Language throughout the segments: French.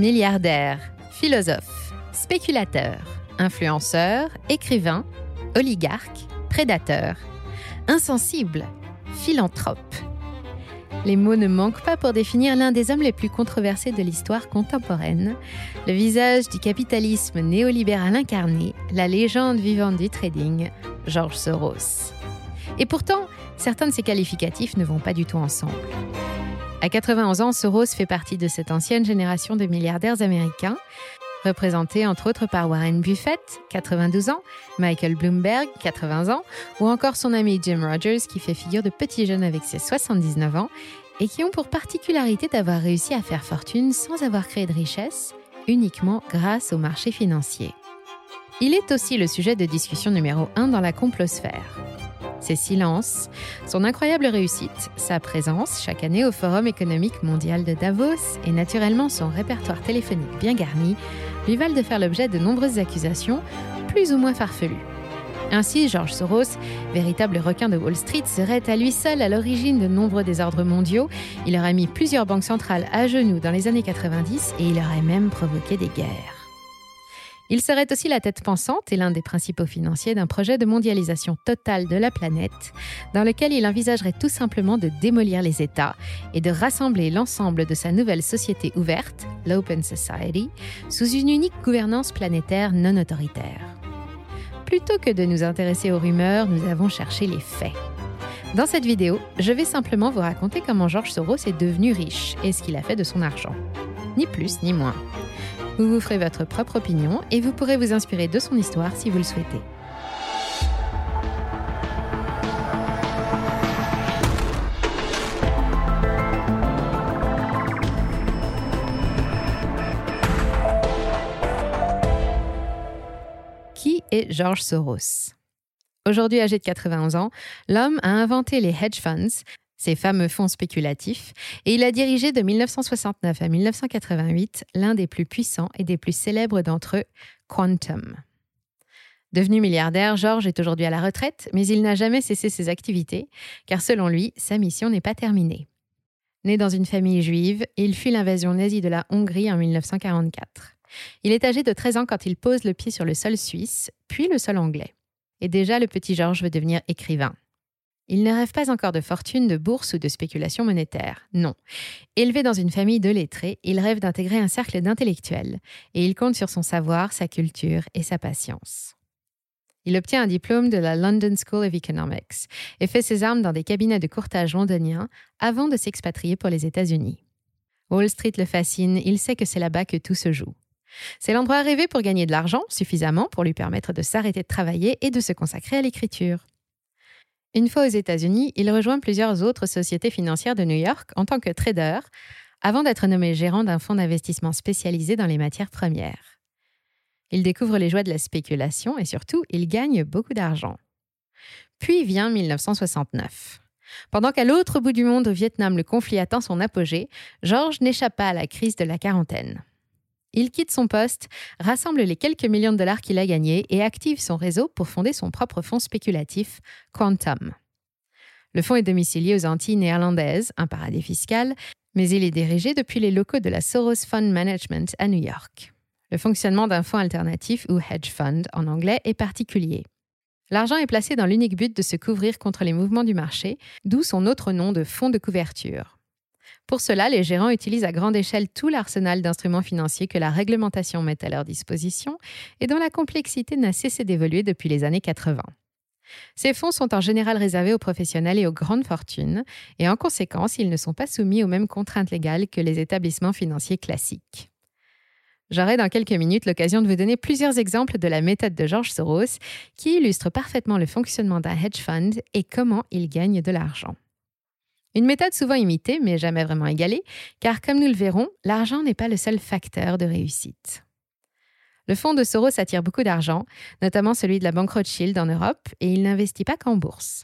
Milliardaire, philosophe, spéculateur, influenceur, écrivain, oligarque, prédateur, insensible, philanthrope. Les mots ne manquent pas pour définir l'un des hommes les plus controversés de l'histoire contemporaine, le visage du capitalisme néolibéral incarné, la légende vivante du trading, George Soros. Et pourtant, certains de ces qualificatifs ne vont pas du tout ensemble. À 91 ans, Soros fait partie de cette ancienne génération de milliardaires américains, représentés entre autres par Warren Buffett, 92 ans, Michael Bloomberg, 80 ans, ou encore son ami Jim Rogers qui fait figure de petit jeune avec ses 79 ans et qui ont pour particularité d'avoir réussi à faire fortune sans avoir créé de richesse, uniquement grâce au marché financier. Il est aussi le sujet de discussion numéro 1 dans la complosphère. Ses silences, son incroyable réussite, sa présence chaque année au Forum économique mondial de Davos et naturellement son répertoire téléphonique bien garni lui valent de faire l'objet de nombreuses accusations, plus ou moins farfelues. Ainsi, George Soros, véritable requin de Wall Street, serait à lui seul à l'origine de nombreux désordres mondiaux. Il aurait mis plusieurs banques centrales à genoux dans les années 90 et il aurait même provoqué des guerres. Il serait aussi la tête pensante et l'un des principaux financiers d'un projet de mondialisation totale de la planète, dans lequel il envisagerait tout simplement de démolir les États et de rassembler l'ensemble de sa nouvelle société ouverte, l'Open Society, sous une unique gouvernance planétaire non autoritaire. Plutôt que de nous intéresser aux rumeurs, nous avons cherché les faits. Dans cette vidéo, je vais simplement vous raconter comment George Soros est devenu riche et ce qu'il a fait de son argent. Ni plus ni moins. Vous vous ferez votre propre opinion et vous pourrez vous inspirer de son histoire si vous le souhaitez. Qui est George Soros ? Aujourd'hui âgé de 91 ans, l'homme a inventé les hedge funds, ces fameux fonds spéculatifs, et il a dirigé de 1969 à 1988 l'un des plus puissants et des plus célèbres d'entre eux, Quantum. Devenu milliardaire, George est aujourd'hui à la retraite, mais il n'a jamais cessé ses activités, car selon lui, sa mission n'est pas terminée. Né dans une famille juive, il fuit l'invasion nazie de la Hongrie en 1944. Il est âgé de 13 ans quand il pose le pied sur le sol suisse, puis le sol anglais. Et déjà, le petit George veut devenir écrivain. Il ne rêve pas encore de fortune, de bourse ou de spéculation monétaire, non. Élevé dans une famille de lettrés, il rêve d'intégrer un cercle d'intellectuels et il compte sur son savoir, sa culture et sa patience. Il obtient un diplôme de la London School of Economics et fait ses armes dans des cabinets de courtage londoniens avant de s'expatrier pour les États-Unis. Wall Street le fascine, il sait que c'est là-bas que tout se joue. C'est l'endroit rêvé pour gagner de l'argent, suffisamment pour lui permettre de s'arrêter de travailler et de se consacrer à l'écriture. Une fois aux États-Unis, il rejoint plusieurs autres sociétés financières de New York en tant que trader, avant d'être nommé gérant d'un fonds d'investissement spécialisé dans les matières premières. Il découvre les joies de la spéculation et surtout, il gagne beaucoup d'argent. Puis vient 1969. Pendant qu'à l'autre bout du monde, au Vietnam, le conflit atteint son apogée, George n'échappe pas à la crise de la quarantaine. Il quitte son poste, rassemble les quelques millions de dollars qu'il a gagnés et active son réseau pour fonder son propre fonds spéculatif, Quantum. Le fonds est domicilié aux Antilles néerlandaises, un paradis fiscal, mais il est dirigé depuis les locaux de la Soros Fund Management à New York. Le fonctionnement d'un fonds alternatif ou hedge fund en anglais est particulier. L'argent est placé dans l'unique but de se couvrir contre les mouvements du marché, d'où son autre nom de fonds de couverture. Pour cela, les gérants utilisent à grande échelle tout l'arsenal d'instruments financiers que la réglementation met à leur disposition et dont la complexité n'a cessé d'évoluer depuis les années 80. Ces fonds sont en général réservés aux professionnels et aux grandes fortunes et en conséquence, ils ne sont pas soumis aux mêmes contraintes légales que les établissements financiers classiques. J'aurai dans quelques minutes l'occasion de vous donner plusieurs exemples de la méthode de George Soros qui illustre parfaitement le fonctionnement d'un hedge fund et comment il gagne de l'argent. Une méthode souvent imitée, mais jamais vraiment égalée, car comme nous le verrons, l'argent n'est pas le seul facteur de réussite. Le fonds de Soros attire beaucoup d'argent, notamment celui de la banque Rothschild en Europe, et il n'investit pas qu'en bourse.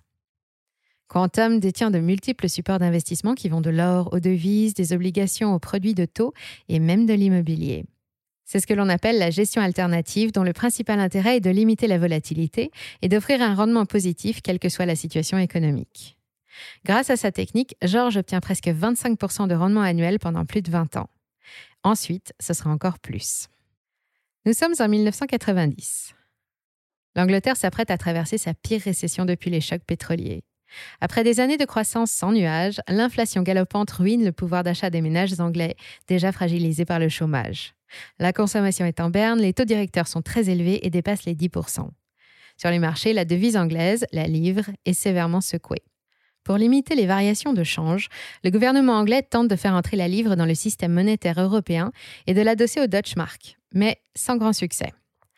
Quantum détient de multiples supports d'investissement qui vont de l'or aux devises, des obligations aux produits de taux et même de l'immobilier. C'est ce que l'on appelle la gestion alternative, dont le principal intérêt est de limiter la volatilité et d'offrir un rendement positif quelle que soit la situation économique. Grâce à sa technique, George obtient presque 25% de rendement annuel pendant plus de 20 ans. Ensuite, ce sera encore plus. Nous sommes en 1990. L'Angleterre s'apprête à traverser sa pire récession depuis les chocs pétroliers. Après des années de croissance sans nuages, l'inflation galopante ruine le pouvoir d'achat des ménages anglais, déjà fragilisés par le chômage. La consommation est en berne, les taux directeurs sont très élevés et dépassent les 10%. Sur les marchés, la devise anglaise, la livre, est sévèrement secouée. Pour limiter les variations de change, le gouvernement anglais tente de faire entrer la livre dans le système monétaire européen et de l'adosser au Deutsche Mark, mais sans grand succès.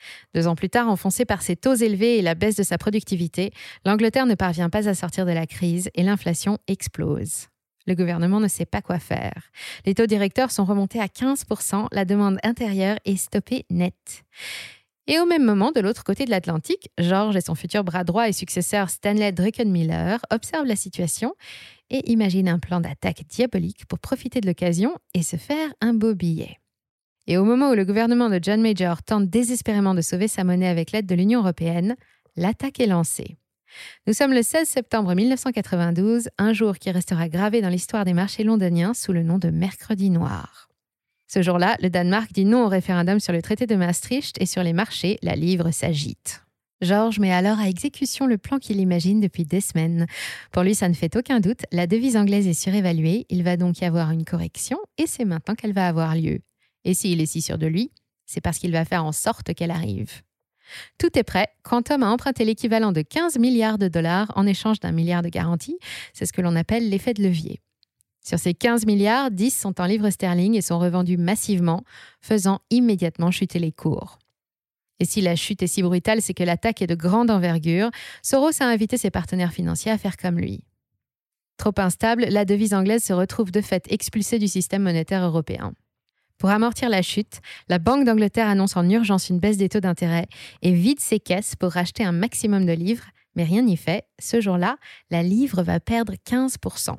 2 ans plus tard, enfoncée par ses taux élevés et la baisse de sa productivité, l'Angleterre ne parvient pas à sortir de la crise et l'inflation explose. Le gouvernement ne sait pas quoi faire. Les taux directeurs sont remontés à 15%, la demande intérieure est stoppée net. Et au même moment, de l'autre côté de l'Atlantique, George et son futur bras droit et successeur Stanley Druckenmiller observent la situation et imaginent un plan d'attaque diabolique pour profiter de l'occasion et se faire un beau billet. Et au moment où le gouvernement de John Major tente désespérément de sauver sa monnaie avec l'aide de l'Union européenne, l'attaque est lancée. Nous sommes le 16 septembre 1992, un jour qui restera gravé dans l'histoire des marchés londoniens sous le nom de Mercredi noir. Ce jour-là, le Danemark dit non au référendum sur le traité de Maastricht et sur les marchés, la livre s'agite. George met alors à exécution le plan qu'il imagine depuis des semaines. Pour lui, ça ne fait aucun doute, la devise anglaise est surévaluée, il va donc y avoir une correction et c'est maintenant qu'elle va avoir lieu. Et s'il est si sûr de lui, c'est parce qu'il va faire en sorte qu'elle arrive. Tout est prêt. Quantum a emprunté l'équivalent de 15 milliards de dollars en échange d'1 milliard de garantie. C'est ce que l'on appelle l'effet de levier. Sur ces 15 milliards, 10 sont en livres sterling et sont revendus massivement, faisant immédiatement chuter les cours. Et si la chute est si brutale, c'est que l'attaque est de grande envergure. Soros a invité ses partenaires financiers à faire comme lui. Trop instable, la devise anglaise se retrouve de fait expulsée du système monétaire européen. Pour amortir la chute, la Banque d'Angleterre annonce en urgence une baisse des taux d'intérêt et vide ses caisses pour racheter un maximum de livres, mais rien n'y fait. Ce jour-là, la livre va perdre 15%.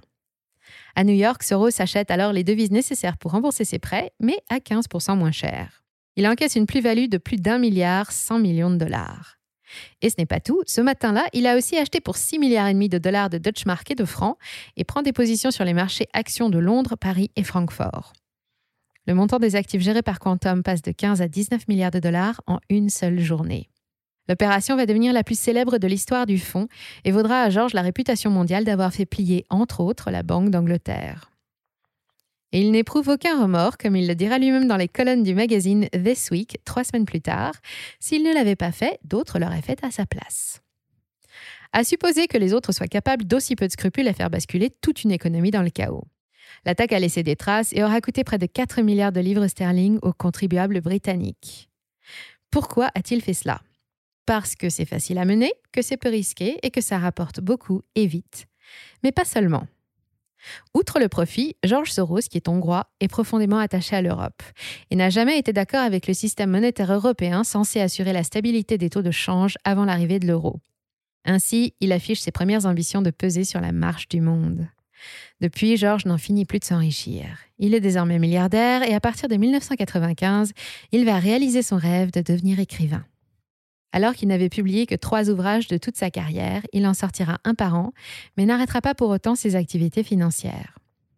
À New York, Soros achète alors les devises nécessaires pour rembourser ses prêts, mais à 15% moins cher. Il encaisse une plus-value de plus d'1,1 milliard de dollars. Et ce n'est pas tout. Ce matin-là, il a aussi acheté pour 6,5 milliards de dollars de Deutsche Mark et de francs et prend des positions sur les marchés actions de Londres, Paris et Francfort. Le montant des actifs gérés par Quantum passe de 15 à 19 milliards de dollars en une seule journée. L'opération va devenir la plus célèbre de l'histoire du fonds et vaudra à George la réputation mondiale d'avoir fait plier, entre autres, la Banque d'Angleterre. Et il n'éprouve aucun remords, comme il le dira lui-même dans les colonnes du magazine This Week 3 semaines plus tard. S'il ne l'avait pas fait, d'autres l'auraient fait à sa place. À supposer que les autres soient capables d'aussi peu de scrupules à faire basculer toute une économie dans le chaos. L'attaque a laissé des traces et aura coûté près de 4 milliards de livres sterling aux contribuables britanniques. Pourquoi a-t-il fait cela ? Parce que c'est facile à mener, que c'est peu risqué et que ça rapporte beaucoup et vite. Mais pas seulement. Outre le profit, George Soros, qui est hongrois, est profondément attaché à l'Europe et n'a jamais été d'accord avec le système monétaire européen censé assurer la stabilité des taux de change avant l'arrivée de l'euro. Ainsi, il affiche ses premières ambitions de peser sur la marche du monde. Depuis, George n'en finit plus de s'enrichir. Il est désormais milliardaire et à partir de 1995, il va réaliser son rêve de devenir écrivain. Alors qu'il n'avait publié que 3 ouvrages de toute sa carrière, il en sortira un par an, mais n'arrêtera pas pour autant ses activités financières.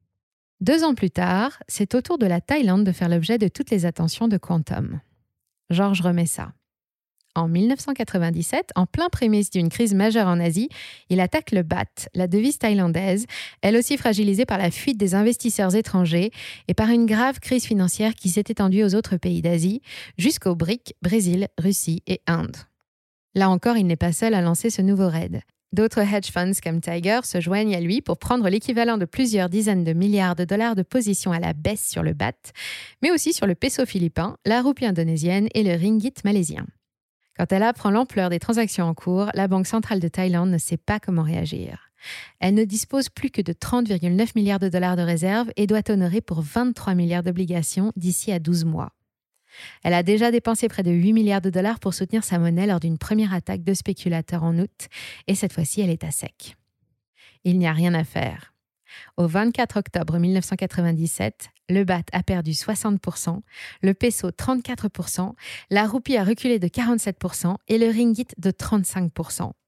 2 ans plus tard, c'est au tour de la Thaïlande de faire l'objet de toutes les attentions de Quantum. George remet ça. En 1997, en plein prémisse d'une crise majeure en Asie, il attaque le baht, la devise thaïlandaise, elle aussi fragilisée par la fuite des investisseurs étrangers et par une grave crise financière qui s'est étendue aux autres pays d'Asie, jusqu'aux BRIC, Brésil, Russie et Inde. Là encore, il n'est pas seul à lancer ce nouveau raid. D'autres hedge funds comme Tiger se joignent à lui pour prendre l'équivalent de plusieurs dizaines de milliards de dollars de positions à la baisse sur le baht, mais aussi sur le peso philippin, la roupie indonésienne et le ringgit malaisien. Quand elle apprend l'ampleur des transactions en cours, la Banque centrale de Thaïlande ne sait pas comment réagir. Elle ne dispose plus que de 30,9 milliards de dollars de réserves et doit honorer pour 23 milliards d'obligations d'ici à 12 mois. Elle a déjà dépensé près de 8 milliards de dollars pour soutenir sa monnaie lors d'une première attaque de spéculateurs en août, et cette fois-ci, elle est à sec. Il n'y a rien à faire. Au 24 octobre 1997, le baht a perdu 60%, le peso 34%, la roupie a reculé de 47% et le ringgit de 35%.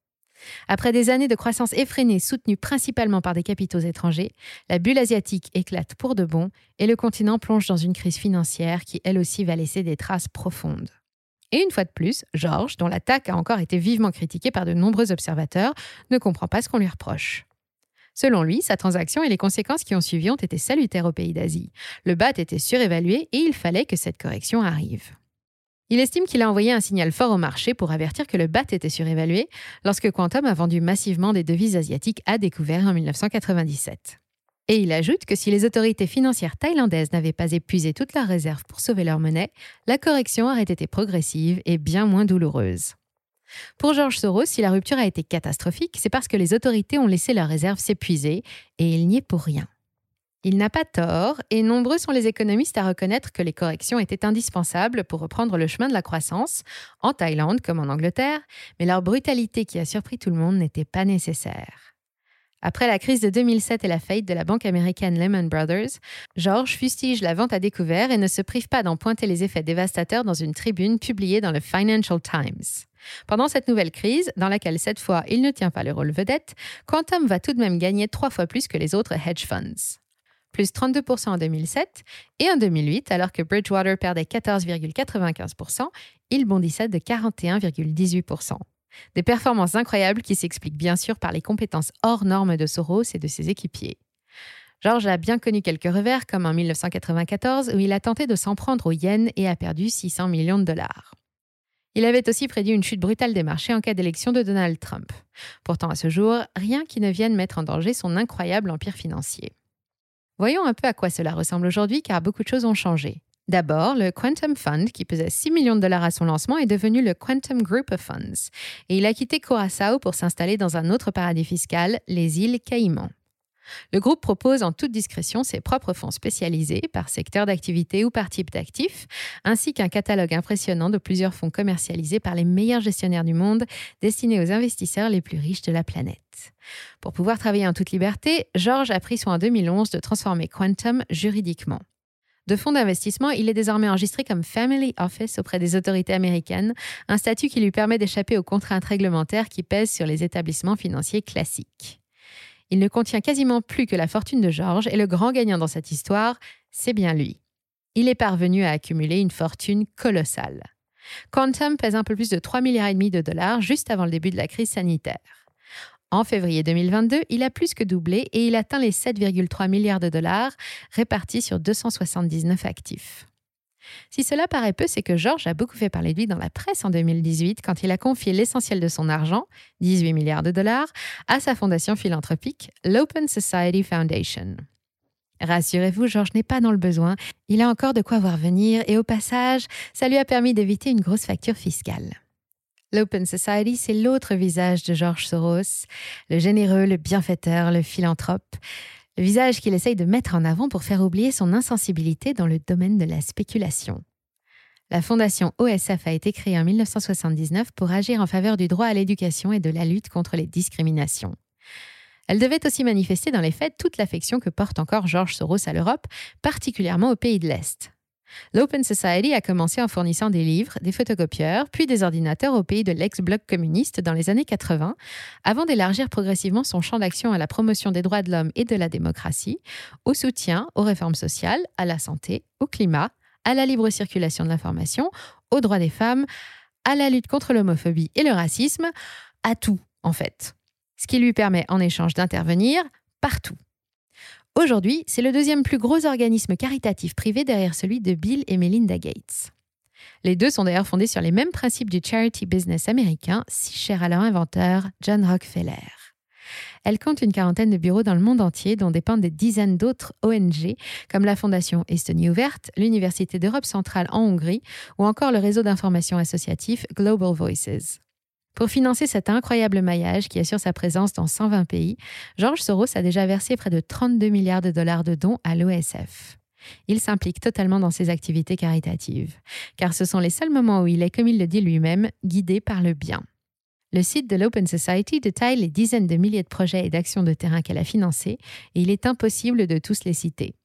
Après des années de croissance effrénée soutenues principalement par des capitaux étrangers, la bulle asiatique éclate pour de bon et le continent plonge dans une crise financière qui elle aussi va laisser des traces profondes. Et une fois de plus, George, dont l'attaque a encore été vivement critiquée par de nombreux observateurs, ne comprend pas ce qu'on lui reproche. Selon lui, sa transaction et les conséquences qui ont suivi ont été salutaires aux pays d'Asie. Le baht était surévalué et il fallait que cette correction arrive. Il estime qu'il a envoyé un signal fort au marché pour avertir que le baht était surévalué lorsque Quantum a vendu massivement des devises asiatiques à découvert en 1997. Et il ajoute que si les autorités financières thaïlandaises n'avaient pas épuisé toutes leurs réserves pour sauver leur monnaie, la correction aurait été progressive et bien moins douloureuse. Pour George Soros, si la rupture a été catastrophique, c'est parce que les autorités ont laissé leurs réserves s'épuiser et il n'y est pour rien. Il n'a pas tort et nombreux sont les économistes à reconnaître que les corrections étaient indispensables pour reprendre le chemin de la croissance, en Thaïlande comme en Angleterre, mais leur brutalité qui a surpris tout le monde n'était pas nécessaire. Après la crise de 2007 et la faillite de la banque américaine Lehman Brothers, George fustige la vente à découvert et ne se prive pas d'en pointer les effets dévastateurs dans une tribune publiée dans le Financial Times. Pendant cette nouvelle crise, dans laquelle cette fois il ne tient pas le rôle vedette, Quantum va tout de même gagner 3 fois plus que les autres hedge funds. Plus 32% en 2007 et en 2008, alors que Bridgewater perdait 14,95%, il bondissait de 41,18%. Des performances incroyables qui s'expliquent bien sûr par les compétences hors normes de Soros et de ses équipiers. George a bien connu quelques revers, comme en 1994, où il a tenté de s'en prendre au yen et a perdu 600 millions de dollars. Il avait aussi prédit une chute brutale des marchés en cas d'élection de Donald Trump. Pourtant, à ce jour, rien qui ne vienne mettre en danger son incroyable empire financier. Voyons un peu à quoi cela ressemble aujourd'hui, car beaucoup de choses ont changé. D'abord, le Quantum Fund, qui pesait 6 millions de dollars à son lancement, est devenu le Quantum Group of Funds. Et il a quitté Curaçao pour s'installer dans un autre paradis fiscal, les îles Caïmans. Le groupe propose en toute discrétion ses propres fonds spécialisés par secteur d'activité ou par type d'actifs, ainsi qu'un catalogue impressionnant de plusieurs fonds commercialisés par les meilleurs gestionnaires du monde, destinés aux investisseurs les plus riches de la planète. Pour pouvoir travailler en toute liberté, George a pris soin en 2011 de transformer Quantum juridiquement. De fonds d'investissement, il est désormais enregistré comme Family Office auprès des autorités américaines, un statut qui lui permet d'échapper aux contraintes réglementaires qui pèsent sur les établissements financiers classiques. Il ne contient quasiment plus que la fortune de George et le grand gagnant dans cette histoire, c'est bien lui. Il est parvenu à accumuler une fortune colossale. Quantum pèse un peu plus de 3,5 milliards de dollars juste avant le début de la crise sanitaire. En février 2022, il a plus que doublé et il atteint les 7,3 milliards de dollars répartis sur 279 actifs. Si cela paraît peu, c'est que George a beaucoup fait parler de lui dans la presse en 2018 quand il a confié l'essentiel de son argent, 18 milliards de dollars, à sa fondation philanthropique, l'Open Society Foundation. Rassurez-vous, George n'est pas dans le besoin, il a encore de quoi voir venir et au passage, ça lui a permis d'éviter une grosse facture fiscale. L'Open Society, c'est l'autre visage de George Soros, le généreux, le bienfaiteur, le philanthrope, le visage qu'il essaye de mettre en avant pour faire oublier son insensibilité dans le domaine de la spéculation. La fondation OSF a été créée en 1979 pour agir en faveur du droit à l'éducation et de la lutte contre les discriminations. Elle devait aussi manifester dans les faits toute l'affection que porte encore George Soros à l'Europe, particulièrement aux pays de l'Est. L'Open Society a commencé en fournissant des livres, des photocopieurs, puis des ordinateurs aux pays de l'ex-bloc communiste dans les années 80, avant d'élargir progressivement son champ d'action à la promotion des droits de l'homme et de la démocratie, au soutien aux réformes sociales, à la santé, au climat, à la libre circulation de l'information, aux droits des femmes, à la lutte contre l'homophobie et le racisme, à tout en fait. Ce qui lui permet en échange d'intervenir partout. Aujourd'hui, c'est le deuxième plus gros organisme caritatif privé derrière celui de Bill et Melinda Gates. Les deux sont d'ailleurs fondés sur les mêmes principes du charity business américain, si cher à leur inventeur, John Rockefeller. Elle compte une quarantaine de bureaux dans le monde entier, dont dépendent des dizaines d'autres ONG, comme la Fondation Estonie Ouverte, l'Université d'Europe centrale en Hongrie, ou encore le réseau d'information associatif Global Voices. Pour financer cet incroyable maillage qui assure sa présence dans 120 pays, George Soros a déjà versé près de 32 milliards de dollars de dons à l'OSF. Il s'implique totalement dans ses activités caritatives, car ce sont les seuls moments où il est, comme il le dit lui-même, guidé par le bien. Le site de l'Open Society détaille les dizaines de milliers de projets et d'actions de terrain qu'elle a financés, et il est impossible de tous les citer.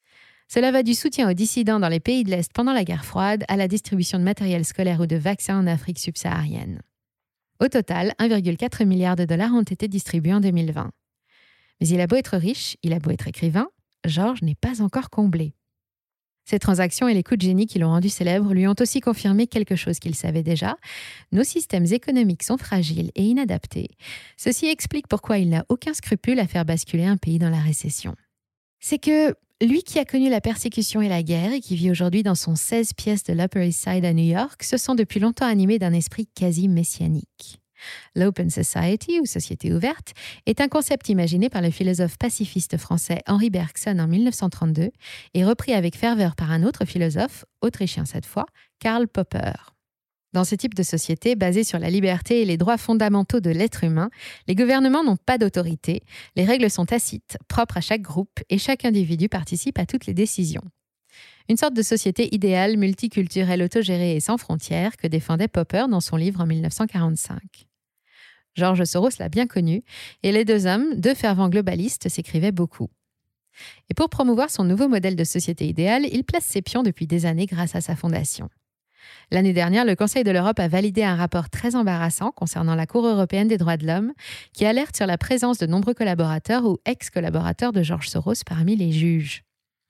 Cela va du soutien aux dissidents dans les pays de l'Est pendant la guerre froide à la distribution de matériel scolaire ou de vaccins en Afrique subsaharienne. Au total, 1,4 milliard de dollars ont été distribués en 2020. Mais il a beau être riche, il a beau être écrivain, George n'est pas encore comblé. Ces transactions et les coups de génie qui l'ont rendu célèbre lui ont aussi confirmé quelque chose qu'il savait déjà. Nos systèmes économiques sont fragiles et inadaptés. Ceci explique pourquoi il n'a aucun scrupule à faire basculer un pays dans la récession. C'est que lui qui a connu la persécution et la guerre et qui vit aujourd'hui dans son 16 pièces de l'Upper East Side à New York se sent depuis longtemps animé d'un esprit quasi messianique. L'Open Society, ou Société ouverte, est un concept imaginé par le philosophe pacifiste français Henri Bergson en 1932 et repris avec ferveur par un autre philosophe, autrichien cette fois, Karl Popper. Dans ce type de société, basée sur la liberté et les droits fondamentaux de l'être humain, les gouvernements n'ont pas d'autorité, les règles sont tacites, propres à chaque groupe et chaque individu participe à toutes les décisions. Une sorte de société idéale, multiculturelle, autogérée et sans frontières que défendait Popper dans son livre en 1945. George Soros l'a bien connu, et les deux hommes, deux fervents globalistes, s'écrivaient beaucoup. Et pour promouvoir son nouveau modèle de société idéale, il place ses pions depuis des années grâce à sa fondation. L'année dernière, le Conseil de l'Europe a validé un rapport très embarrassant concernant la Cour européenne des droits de l'homme, qui alerte sur la présence de nombreux collaborateurs ou ex-collaborateurs de George Soros parmi les juges.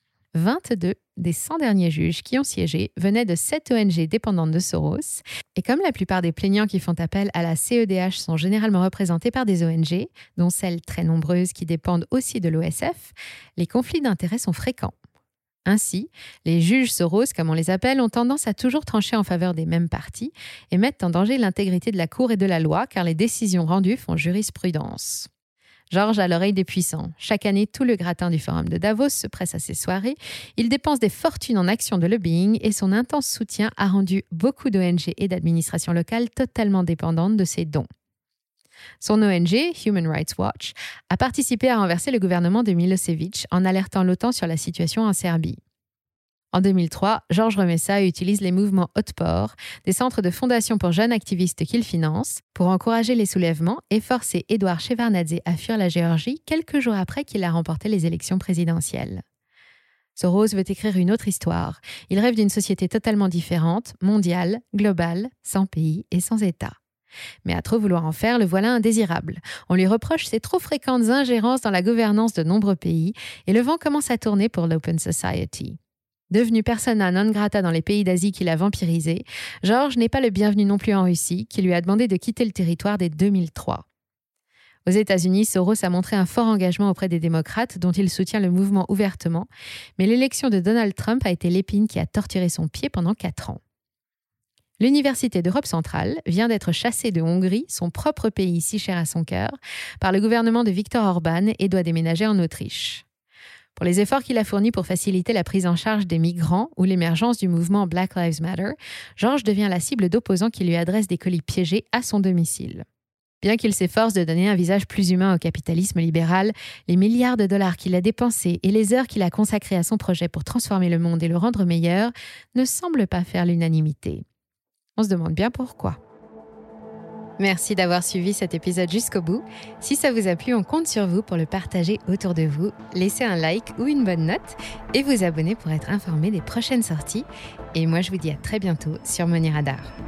22 des 100 derniers juges qui ont siégé venaient de 7 ONG dépendantes de Soros. Et comme la plupart des plaignants qui font appel à la CEDH sont généralement représentés par des ONG, dont celles très nombreuses qui dépendent aussi de l'OSF, les conflits d'intérêts sont fréquents. Ainsi, les juges Soros, comme on les appelle, ont tendance à toujours trancher en faveur des mêmes partis et mettent en danger l'intégrité de la Cour et de la loi car les décisions rendues font jurisprudence. George a l'oreille des puissants. Chaque année, tout le gratin du Forum de Davos se presse à ses soirées. Il dépense des fortunes en actions de lobbying et son intense soutien a rendu beaucoup d'ONG et d'administrations locales totalement dépendantes de ses dons. Son ONG, Human Rights Watch, a participé à renverser le gouvernement de Milosevic en alertant l'OTAN sur la situation en Serbie. En 2003, George remet ça et utilise les mouvements Otpor, des centres de fondation pour jeunes activistes qu'il finance, pour encourager les soulèvements et forcer Eduard Shevardnadze à fuir la Géorgie quelques jours après qu'il a remporté les élections présidentielles. Soros veut écrire une autre histoire. Il rêve d'une société totalement différente, mondiale, globale, sans pays et sans État. Mais à trop vouloir en faire, le voilà indésirable. On lui reproche ses trop fréquentes ingérences dans la gouvernance de nombreux pays et le vent commence à tourner pour l'Open Society. Devenu persona non grata dans les pays d'Asie qu'il a vampirisés, George n'est pas le bienvenu non plus en Russie, qui lui a demandé de quitter le territoire dès 2003. Aux États-Unis, Soros a montré un fort engagement auprès des démocrates, dont il soutient le mouvement ouvertement, mais l'élection de Donald Trump a été l'épine qui a torturé son pied pendant 4 ans. L'Université d'Europe centrale vient d'être chassée de Hongrie, son propre pays si cher à son cœur, par le gouvernement de Viktor Orban et doit déménager en Autriche. Pour les efforts qu'il a fournis pour faciliter la prise en charge des migrants ou l'émergence du mouvement Black Lives Matter, George devient la cible d'opposants qui lui adressent des colis piégés à son domicile. Bien qu'il s'efforce de donner un visage plus humain au capitalisme libéral, les milliards de dollars qu'il a dépensés et les heures qu'il a consacrées à son projet pour transformer le monde et le rendre meilleur ne semblent pas faire l'unanimité. On se demande bien pourquoi. Merci d'avoir suivi cet épisode jusqu'au bout. Si ça vous a plu, on compte sur vous pour le partager autour de vous, laisser un like ou une bonne note et vous abonner pour être informé des prochaines sorties. Et moi, je vous dis à très bientôt sur Money Radar.